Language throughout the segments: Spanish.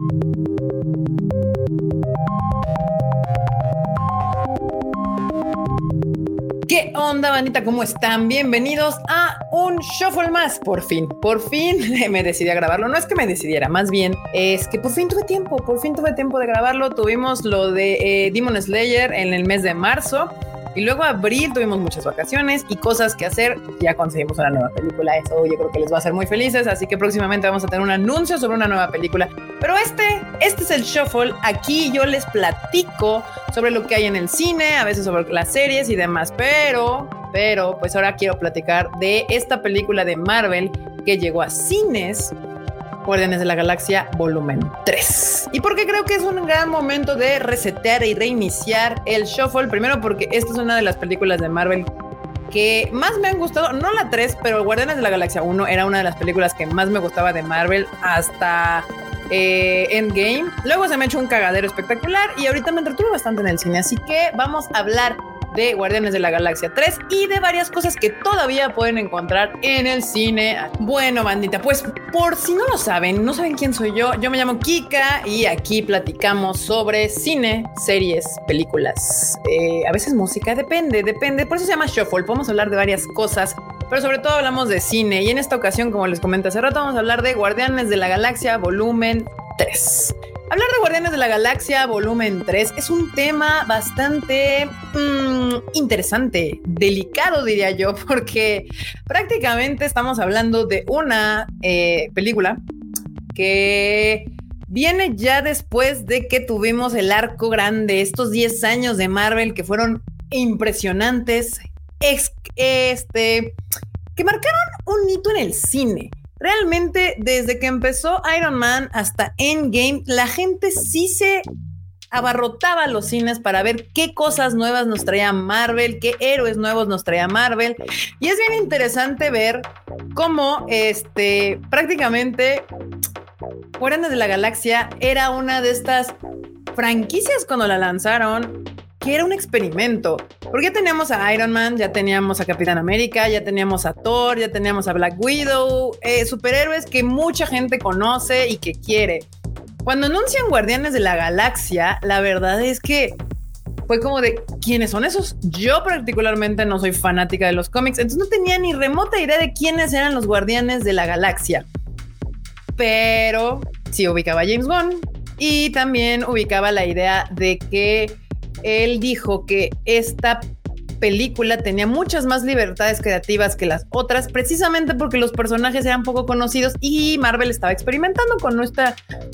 ¿Qué onda, bandita? ¿Cómo están? Bienvenidos a un Shuffle más. Por fin me decidí a grabarlo. No es que me decidiera, más bien es que por fin tuve tiempo de grabarlo. Tuvimos lo de Demon Slayer en el mes de marzo. Y luego abril tuvimos muchas vacaciones y cosas que hacer. Ya conseguimos una nueva película. Eso yo creo que les va a hacer muy felices. Así que próximamente vamos a tener un anuncio sobre una nueva película. Pero este es el Shuffle. Aquí yo les platico sobre lo que hay en el cine, a veces sobre las series y demás. Pero pues ahora quiero platicar de esta película de Marvel que llegó a cines, Guardianes de la Galaxia Volumen 3. ¿Y por qué creo que es un gran momento de resetear y reiniciar el Shuffle? Primero porque esta es una de las películas de Marvel que más me han gustado, no la 3, pero Guardianes de la Galaxia 1 era una de las películas que más me gustaba de Marvel hasta Endgame. Luego se me ha hecho un cagadero espectacular y ahorita me entretuve bastante en el cine, así que vamos a hablar de Guardianes de la Galaxia 3 y de varias cosas que todavía pueden encontrar en el cine. Bueno, bandita, pues por si no saben quién soy yo me llamo Kika y aquí platicamos sobre cine, series, películas, a veces música, depende, por eso se llama Shuffle. Podemos hablar de varias cosas, pero sobre todo hablamos de cine y en esta ocasión, como les comenté hace rato, vamos a hablar de Guardianes de la Galaxia Volumen 3. Hablar de Guardianes de la Galaxia Volumen 3 es un tema bastante interesante, delicado diría yo, porque prácticamente estamos hablando de una película que viene ya después de que tuvimos el arco grande, estos 10 años de Marvel que fueron impresionantes, que marcaron un hito en el cine. Realmente, desde que empezó Iron Man hasta Endgame, la gente sí se abarrotaba a los cines para ver qué cosas nuevas nos traía Marvel, qué héroes nuevos nos traía Marvel. Y es bien interesante ver cómo prácticamente Guardianes de la Galaxia era una de estas franquicias cuando la lanzaron, que era un experimento, porque ya teníamos a Iron Man, ya teníamos a Capitán América, ya teníamos a Thor, ya teníamos a Black Widow, superhéroes que mucha gente conoce y que quiere. Cuando anuncian Guardianes de la Galaxia, la verdad es que fue como de, ¿quiénes son esos? Yo particularmente no soy fanática de los cómics, entonces no tenía ni remota idea de quiénes eran los Guardianes de la Galaxia, pero sí ubicaba a James Gunn y también ubicaba la idea de que él dijo que esta película tenía muchas más libertades creativas que las otras, precisamente porque los personajes eran poco conocidos y Marvel estaba experimentando con nuestra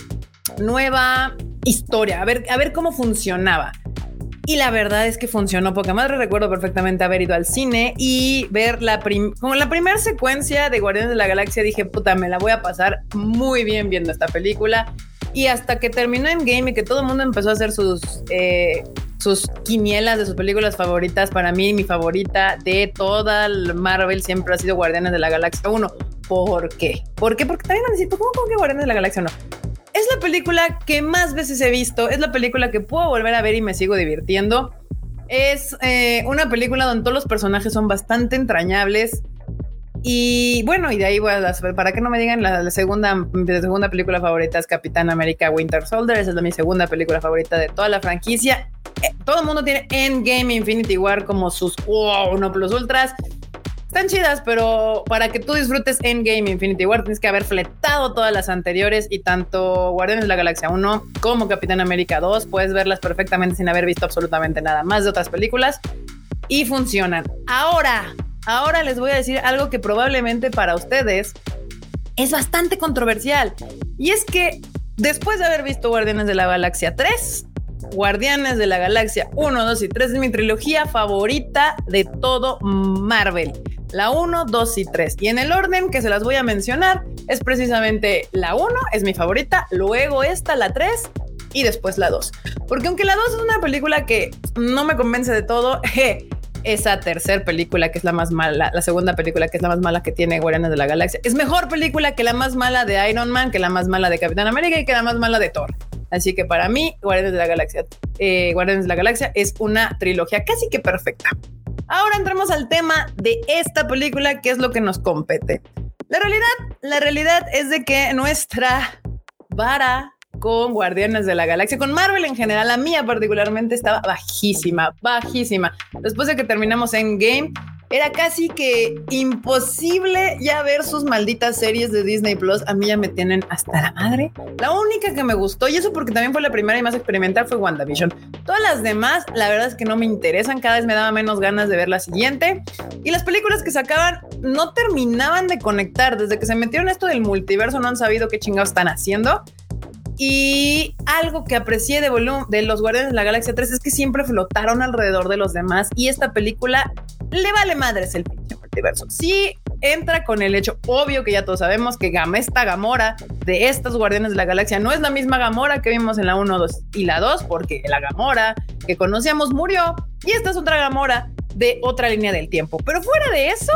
nueva historia, a ver cómo funcionaba. Y la verdad es que funcionó poca madre. Recuerdo perfectamente haber ido al cine y ver como la primera secuencia de Guardianes de la Galaxia. Dije, puta, me la voy a pasar muy bien viendo esta película. Y hasta que terminó Endgame y que todo el mundo empezó a hacer sus quinielas de sus películas favoritas, para mí mi favorita de toda el Marvel siempre ha sido Guardianes de la Galaxia 1. ¿Por qué? Porque también me decís, ¿cómo que Guardianes de la Galaxia 1? Es la película que más veces he visto, es la película que puedo volver a ver y me sigo divirtiendo. Es una película donde todos los personajes son bastante entrañables. Y bueno, y de ahí voy a para que no me digan, mi segunda película favorita es Capitán América Winter Soldier. Esa es mi segunda película favorita de toda la franquicia. Todo el mundo tiene Endgame, Infinity War como sus uno plus ultras. Están chidas, pero para que tú disfrutes Endgame, Infinity War, tienes que haber fletado todas las anteriores, y tanto Guardianes de la Galaxia 1 como Capitán América 2 puedes verlas perfectamente sin haber visto absolutamente nada más de otras películas y funcionan. Ahora les voy a decir algo que probablemente para ustedes es bastante controversial, y es que después de haber visto Guardianes de la Galaxia 3, Guardianes de la Galaxia 1, 2 y 3 es mi trilogía favorita de todo Marvel. La 1, 2 y 3. Y en el orden que se las voy a mencionar es precisamente la 1, es mi favorita, luego esta, la 3 y después la 2. Porque aunque la 2 es una película que no me convence de todo, esa tercera película que es la más mala, la segunda película que es la más mala que tiene Guardianes de la Galaxia, es mejor película que la más mala de Iron Man, que la más mala de Capitán América y que la más mala de Thor. Así que para mí, Guardianes de la Galaxia es una trilogía casi que perfecta. Ahora entremos al tema de esta película, que es lo que nos compete. La realidad es de que nuestra vara con Guardianes de la Galaxia, con Marvel en general. La mía particularmente estaba bajísima. Después de que terminamos Endgame, era casi que imposible ya ver sus malditas series de Disney Plus. A mí ya me tienen hasta la madre. La única que me gustó, y eso porque también fue la primera y más experimental, fue WandaVision. Todas las demás, la verdad es que no me interesan. Cada vez me daba menos ganas de ver la siguiente. Y las películas que sacaban no terminaban de conectar. Desde que se metieron esto del multiverso, no han sabido qué chingados están haciendo. Y algo que aprecié de los Guardianes de la Galaxia 3 es que siempre flotaron alrededor de los demás, y esta película le vale madres el pinche multiverso. Sí entra con el hecho obvio que ya todos sabemos que esta Gamora de estos Guardianes de la Galaxia no es la misma Gamora que vimos en la 1, 2 y la 2, porque la Gamora que conocíamos murió y esta es otra Gamora de otra línea del tiempo. Pero fuera de eso,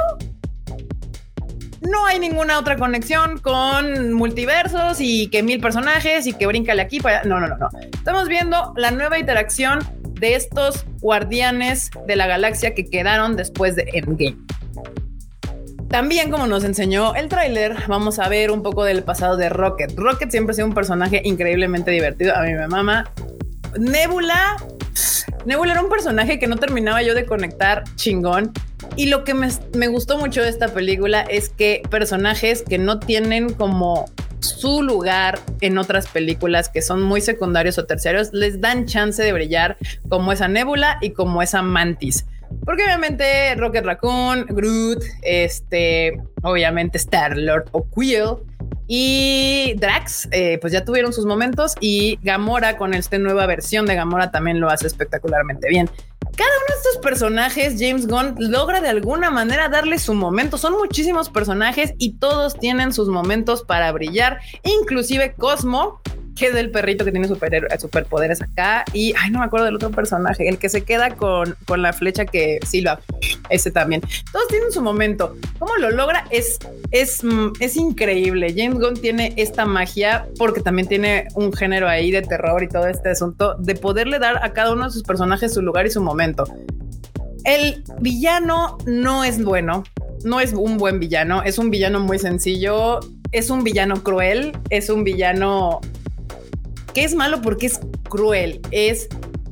no hay ninguna otra conexión con multiversos y que 1000 personajes y que bríncale aquí para allá. No. Estamos viendo la nueva interacción de estos Guardianes de la Galaxia que quedaron después de Endgame. También, como nos enseñó el tráiler, vamos a ver un poco del pasado de Rocket. Rocket siempre ha sido un personaje increíblemente divertido. A mí me mama. Nebula era un personaje que no terminaba yo de conectar chingón. Y lo que me gustó mucho de esta película es que personajes que no tienen como su lugar en otras películas, que son muy secundarios o terciarios, les dan chance de brillar, como esa Nebula y como esa Mantis. Porque obviamente Rocket Raccoon, Groot, obviamente Star-Lord o Quill y Drax, pues ya tuvieron sus momentos, y Gamora con esta nueva versión de Gamora también lo hace espectacularmente bien. Cada uno de estos personajes, James Gunn logra de alguna manera darle su momento. Son muchísimos personajes y todos tienen sus momentos para brillar, inclusive Cosmo, que es el perrito que tiene superpoderes acá, y no me acuerdo del otro personaje, el que se queda con la flecha que silba, ese también. Todos tienen su momento. ¿Cómo lo logra? Es increíble. James Gunn tiene esta magia, porque también tiene un género ahí de terror y todo este asunto, de poderle dar a cada uno de sus personajes su lugar y su momento. El villano no es bueno, no es un buen villano, es un villano muy sencillo, es un villano cruel, es un villano que es malo porque es cruel, es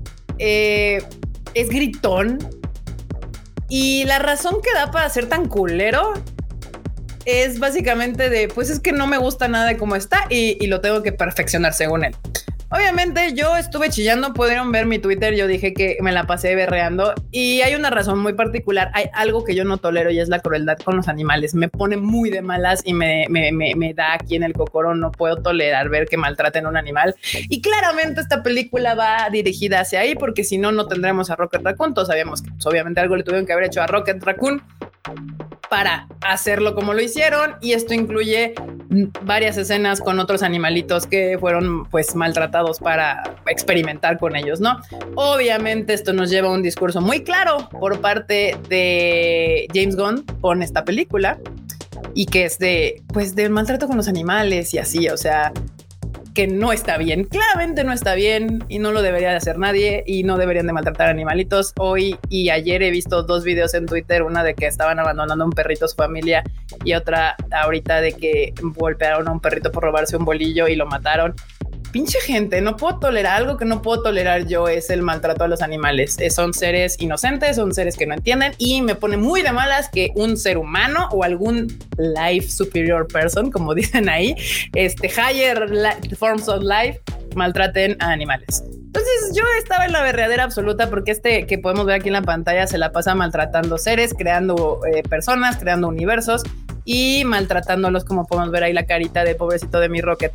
gritón, y la razón que da para ser tan culero es básicamente de, pues es que no me gusta nada de cómo está y lo tengo que perfeccionar según él. Obviamente yo estuve chillando, pudieron ver mi Twitter, yo dije que me la pasé berreando, y hay una razón muy particular. Hay algo que yo no tolero y es la crueldad con los animales. Me pone muy de malas y me da aquí en el cocoro. No puedo tolerar ver que maltraten a un animal, y claramente esta película va dirigida hacia ahí, porque si no, no tendremos a Rocket Raccoon. Todos sabíamos que pues, obviamente algo le tuvieron que haber hecho a Rocket Raccoon para hacerlo como lo hicieron, y esto incluye varias escenas con otros animalitos que fueron pues maltratados para experimentar con ellos, ¿no? Obviamente esto nos lleva a un discurso muy claro por parte de James Gunn con esta película, y que es del maltrato con los animales y así, o sea, que no está bien, claramente no está bien, y no lo debería de hacer nadie, y no deberían de maltratar animalitos. Hoy y ayer he visto 2 videos en Twitter, una de que estaban abandonando a un perrito a su familia, y otra ahorita de que golpearon a un perrito por robarse un bolillo y lo mataron. Pinche gente, no puedo tolerar algo que no puedo tolerar yo, es el maltrato a los animales. Son seres inocentes, son seres que no entienden, y me pone muy de malas que un ser humano o algún life superior person, como dicen ahí, higher forms of life, maltraten a animales. Entonces yo estaba en la berreadera absoluta, porque que podemos ver aquí en la pantalla se la pasa maltratando seres, creando personas, creando universos y maltratándolos, como podemos ver ahí la carita de pobrecito de mi Rocket.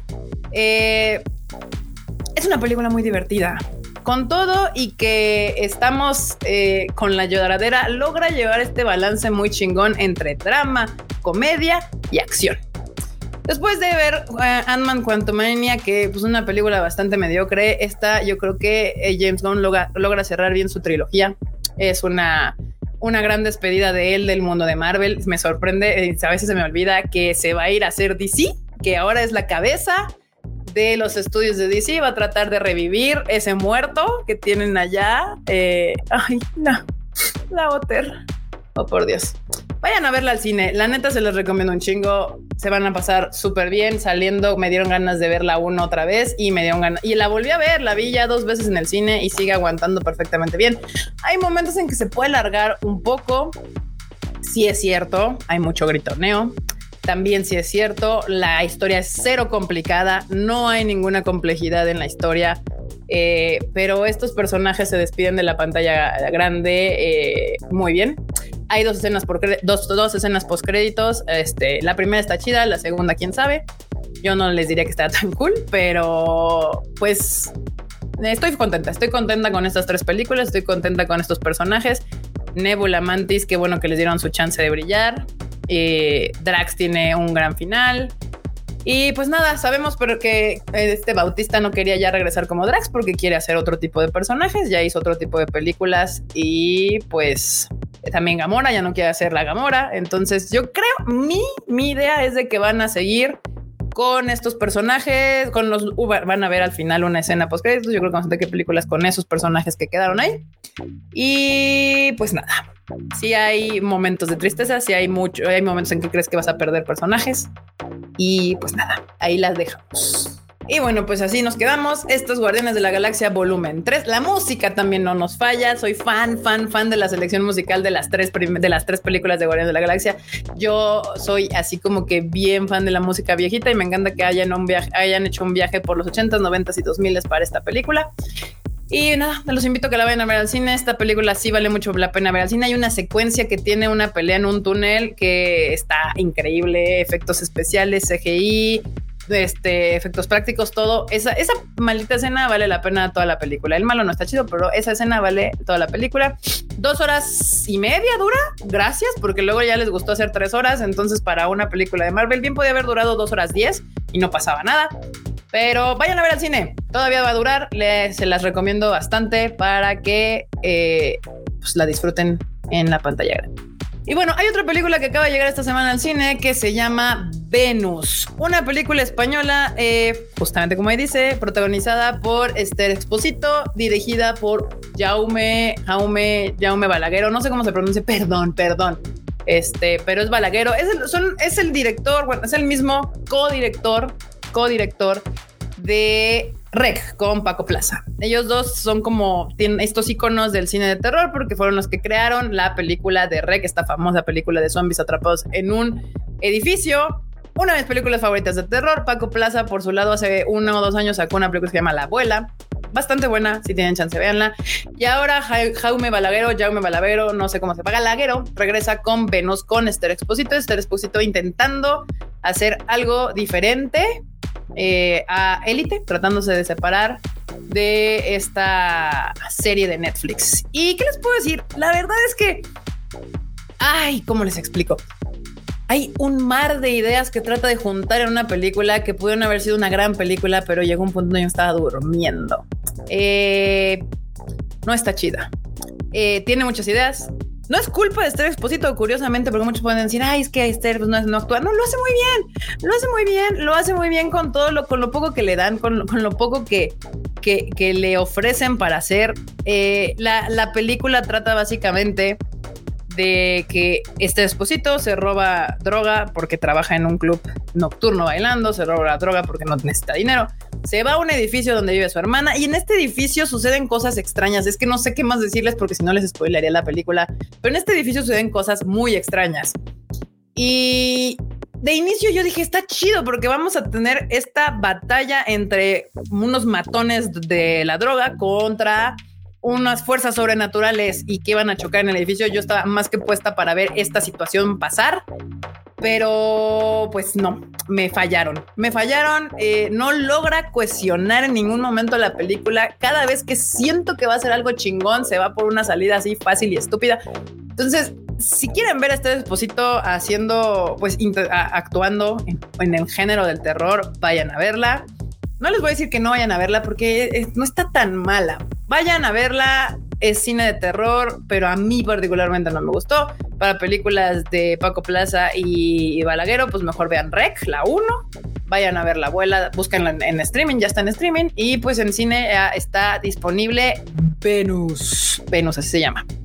Es una película muy divertida, con todo y que estamos con la lloradera, logra llevar este balance muy chingón entre drama, comedia y acción. Después de ver Ant-Man Quantumania, que pues una película bastante mediocre, yo creo que James Gunn logra cerrar bien su trilogía. Es una gran despedida de él del mundo de Marvel. Me sorprende, a veces se me olvida que se va a ir a hacer DC, que ahora es la cabeza de los estudios de DC, va a tratar de revivir ese muerto que tienen allá. La Otter. Oh, por Dios. vayan a verla al cine. La neta se los recomiendo un chingo. Se van a pasar súper bien. Saliendo me dieron ganas de verla una otra vez y me dieron ganas. Y la volví a ver, la vi ya 2 veces en el cine y sigue aguantando perfectamente bien. Hay momentos en que se puede alargar un poco. Sí es cierto, hay mucho gritoneo. También sí es cierto, la historia es cero complicada. No hay ninguna complejidad en la historia. Pero estos personajes se despiden de la pantalla grande muy bien. Hay dos escenas post créditos. La primera está chida, la segunda quién sabe. Yo no les diría que está tan cool, pero pues estoy contenta con estas 3 películas, estoy contenta con estos personajes. Nebula, Mantis, qué bueno que les dieron su chance de brillar. Drax tiene un gran final. Y pues nada, sabemos pero que Bautista no quería ya regresar como Drax porque quiere hacer otro tipo de personajes, ya hizo otro tipo de películas y pues también Gamora ya no quiere hacer la Gamora. Entonces yo creo, mi idea es de que van a seguir con estos personajes, van a ver al final una escena post créditos. Yo creo que vamos a tener películas con esos personajes que quedaron ahí. Y pues nada, sí hay momentos de tristeza, sí hay momentos en que crees que vas a perder personajes. Y pues nada, ahí las dejamos. Y bueno, pues así nos quedamos. Estos Guardianes de la Galaxia volumen 3. La música también no nos falla. Soy fan de la selección musical de las tres películas de Guardianes de la Galaxia. Yo soy así como que bien fan de la música viejita y me encanta que hayan hecho un viaje por los 80s, 90s y 2000s para esta película. Y nada, los invito a que la vayan a ver al cine. Esta película sí vale mucho la pena ver al cine. Hay una secuencia que tiene una pelea en un túnel que está increíble. Efectos especiales, CGI, efectos prácticos, todo. Esa maldita escena vale la pena toda la película. El malo no está chido, pero esa escena vale toda la película. 2 horas y media dura. Gracias, porque luego ya les gustó hacer 3 horas. Entonces, para una película de Marvel, bien podía haber durado 2 horas 10 y no pasaba nada. Pero vayan a ver al cine, todavía va a durar, se las recomiendo bastante para que pues la disfruten en la pantalla grande. Y bueno, hay otra película que acaba de llegar esta semana al cine que se llama Venus, una película española, justamente como ahí dice, protagonizada por Esther Expósito, dirigida por Jaume Balaguero, no sé cómo se pronuncia, perdón. Pero es Balaguero, es el director, bueno, es el mismo codirector de REC con Paco Plaza. Ellos dos tienen estos iconos del cine de terror porque fueron los que crearon la película de REC, esta famosa película de zombies atrapados en un edificio. Una de mis películas favoritas de terror. Paco Plaza, por su lado, hace 1 o 2 años sacó una película que se llama La Abuela. Bastante buena, si tienen chance, véanla. Y ahora Jaume Balaguero, no sé cómo se paga, Laguero, regresa con Venus con Esther Expósito intentando hacer algo diferente a Élite, tratándose de separar de esta serie de Netflix. ¿Y qué les puedo decir? La verdad es que, ¿cómo les explico? Hay un mar de ideas que trata de juntar en una película que pudieron haber sido una gran película, pero llegó un punto donde yo estaba durmiendo. No está chida. Tiene muchas ideas. No es culpa de Esther Expósito, curiosamente, porque muchos pueden decir, es que Esther no actúa. No, lo hace muy bien con todo con lo poco que le dan, con lo poco que le ofrecen para hacer. La película trata básicamente de que Esther Expósito se roba droga porque trabaja en un club nocturno bailando, se roba la droga porque no necesita dinero, se va a un edificio donde vive su hermana y en este edificio suceden cosas extrañas. Es que no sé qué más decirles porque si no les spoilearía la película, pero en este edificio suceden cosas muy extrañas y de inicio yo dije, está chido porque vamos a tener esta batalla entre unos matones de la droga contra unas fuerzas sobrenaturales y que van a chocar en el edificio. Yo estaba más que puesta para ver esta situación pasar, pero pues no, me fallaron. No logra cohesionar en ningún momento la película. Cada vez que siento que va a ser algo chingón, se va por una salida así fácil y estúpida. Entonces, si quieren ver a este Expósito haciendo, pues actuando en el género del terror, vayan a verla. No les voy a decir que no vayan a verla porque no está tan mala. Vayan a verla, es cine de terror, pero a mí particularmente no me gustó. Para películas de Paco Plaza y Balaguero, pues mejor vean REC, la 1. Vayan a ver La Abuela, búsquenla en streaming, ya está en streaming. Y pues en cine está disponible Venus, así se llama.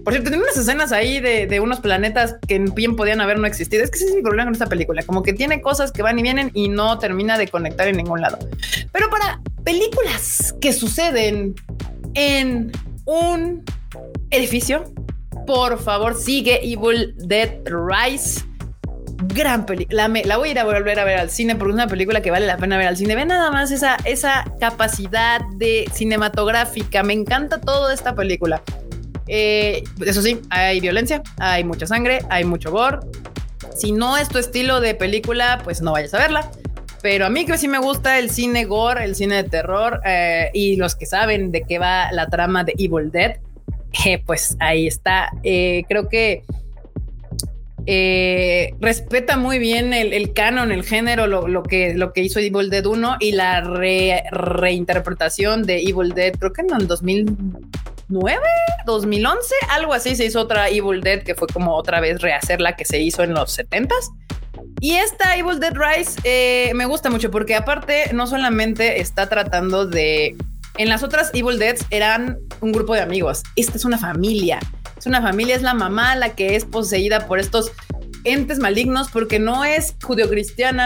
Por cierto, tiene unas escenas ahí de unos planetas que bien podían haber no existido. Es que ese es mi problema con esta película, como que tiene cosas que van y vienen y no termina de conectar en ningún lado. Pero para películas que suceden en un edificio, por favor, sigue Evil Dead Rise. Gran película. La voy a ir a volver a ver al cine porque es una película que vale la pena ver al cine. Ve nada más esa capacidad de cinematográfica. Me encanta toda esta película. Eso sí, hay violencia, hay mucha sangre, hay mucho gore. Si no es tu estilo de película, pues no vayas a verla. Pero a mí que sí me gusta el cine gore, el cine de terror, y los que saben de qué va la trama de Evil Dead, pues ahí está. Creo que respeta muy bien el canon, el género, lo que hizo Evil Dead 1 y la reinterpretación de Evil Dead, creo que en el 2009, 2011, algo así, se hizo otra Evil Dead que fue como otra vez rehacer la que se hizo en los 70s. Y esta Evil Dead Rise me gusta mucho porque aparte no solamente está tratando de... En las otras Evil Deads eran un grupo de amigos. Esta es una familia. Es una familia, es la mamá la que es poseída por estos entes malignos porque no es judeocristiana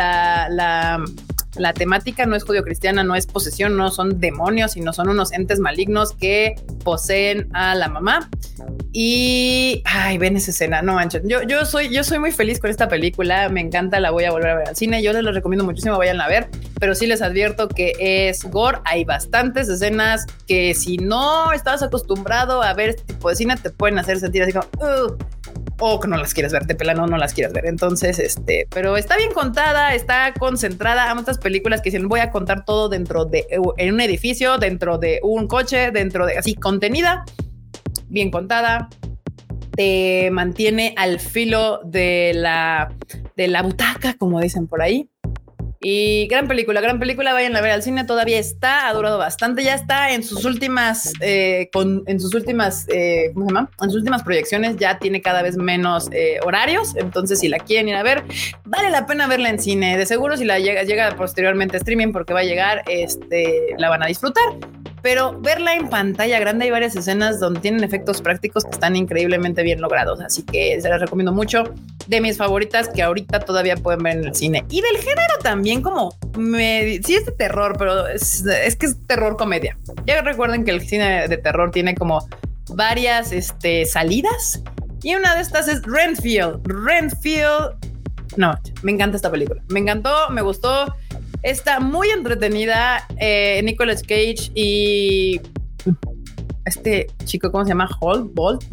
la temática, no es judeocristiana, no es posesión, no son demonios, sino son unos entes malignos que poseen a la mamá. Y ay, ven esa escena, no manches. Yo soy muy feliz con esta película, me encanta, la voy a volver a ver al cine. Yo les lo recomiendo muchísimo, vayan a ver, pero sí les advierto que es gore. Hay bastantes escenas que si no estás acostumbrado a ver este tipo de cine te pueden hacer sentir así como o que no las quieres ver, de plano no las quieres ver. Entonces, pero está bien contada, está concentrada. Amo estas películas que dicen voy a contar todo dentro de en un edificio, dentro de un coche, dentro de así contenida, bien contada, te mantiene al filo de la butaca, como dicen por ahí. Y gran película, vayan a ver al cine, todavía está, ha durado bastante, ya está en sus últimas, ¿cómo se llama? En sus últimas proyecciones, ya tiene cada vez menos horarios, entonces si la quieren ir a ver, vale la pena verla en cine, de seguro si la llega posteriormente a streaming, porque va a llegar, la van a disfrutar. Pero verla en pantalla grande, hay varias escenas donde tienen efectos prácticos que están increíblemente bien logrados. Así que se las recomiendo mucho. De mis favoritas que ahorita todavía pueden ver en el cine. Y del género también como... sí es de terror, pero es que es terror comedia. Ya recuerden que el cine de terror tiene como varias salidas. Y una de estas es Renfield. No, me encanta esta película. Me encantó, me gustó. Está muy entretenida. Nicolas Cage y este chico, ¿cómo se llama? Holt.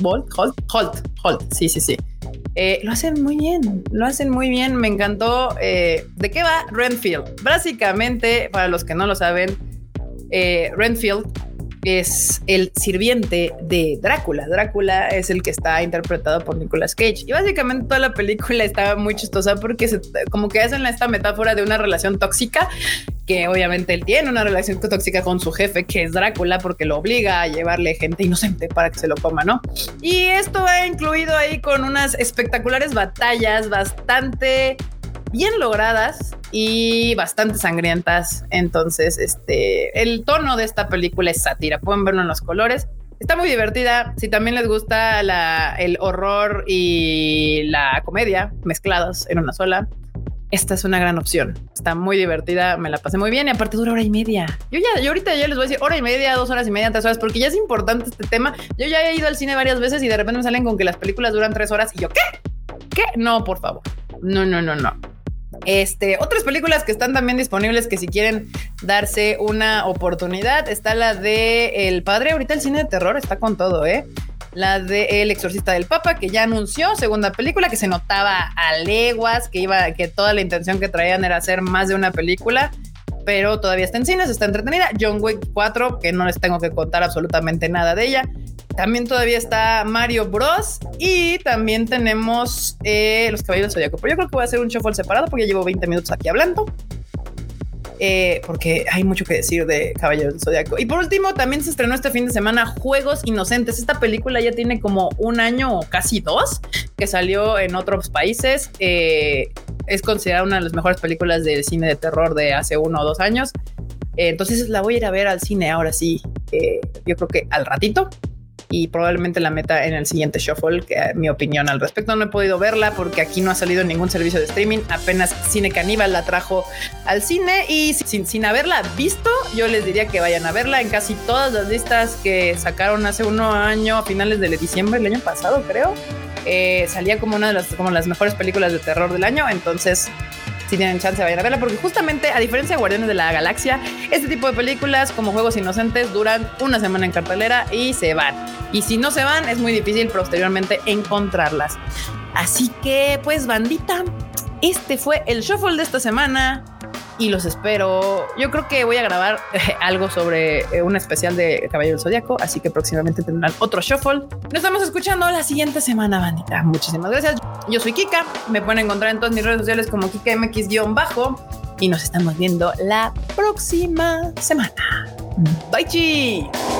Sí. Lo hacen muy bien. Me encantó. ¿De qué va Renfield? Básicamente, para los que no lo saben, Renfield es el sirviente de Drácula. Drácula es el que está interpretado por Nicolas Cage. Y básicamente toda la película estaba muy chistosa porque como que hacen esta metáfora de una relación tóxica, que obviamente él tiene una relación tóxica con su jefe, que es Drácula, porque lo obliga a llevarle gente inocente para que se lo coma, ¿no? Y esto va incluido ahí con unas espectaculares batallas bastante bien logradas y bastante sangrientas. Entonces, el tono de esta película es sátira. Pueden verlo en los colores. Está muy divertida. Si también les gusta el horror y la comedia mezclados en una sola, esta es una gran opción. Está muy divertida. Me la pasé muy bien y aparte dura 1 hora y media. Yo ahorita ya les voy a decir 1 hora y media, 2 horas y media, 3 horas, porque ya es importante este tema. Yo ya he ido al cine varias veces y de repente me salen con que las películas duran 3 horas y yo, ¿qué? No, por favor. No. Otras películas que están también disponibles que si quieren darse una oportunidad, está la de El Padre. Ahorita el cine de terror está con todo, la de El Exorcista del Papa, que ya anunció segunda película, que se notaba a leguas que toda la intención que traían era hacer más de una película, pero todavía está en cines, está entretenida. John Wick 4, que no les tengo que contar absolutamente nada de ella. También todavía está Mario Bros. Y también tenemos Los Caballeros del Zodiaco. Pero yo creo que voy a hacer un shuffle separado porque ya llevo 20 minutos aquí hablando. Porque hay mucho que decir de Caballeros del Zodiaco. Y por último, también se estrenó este fin de semana Juegos Inocentes. Esta película ya tiene como 1 año o casi 2 que salió en otros países. Es considerada una de las mejores películas de cine de terror de hace 1 o 2 años. Entonces la voy a ir a ver al cine ahora sí. Yo creo que al ratito. y probablemente la meta en el siguiente shuffle, que mi opinión al respecto. No he podido verla porque aquí no ha salido ningún servicio de streaming. Apenas Cine Caníbal la trajo al cine y sin haberla visto, yo les diría que vayan a verla en casi todas las listas que sacaron hace un año, a finales de diciembre, el año pasado, creo. Salía como una de las mejores películas de terror del año. Entonces, si tienen chance, vayan a verla, porque justamente, a diferencia de Guardianes de la Galaxia, este tipo de películas como Juegos Inocentes duran una semana en cartelera y se van. Y si no se van, es muy difícil posteriormente encontrarlas. Así que, pues, bandita, este fue el shuffle de esta semana y los espero. Yo creo que voy a grabar algo sobre un especial de Caballero del Zodiaco, así que próximamente tendrán otro shuffle. Nos estamos escuchando la siguiente semana, bandita. Muchísimas gracias. Yo soy Kika. Me pueden encontrar en todas mis redes sociales como KikaMX_ y nos estamos viendo la próxima semana. Bye, chi.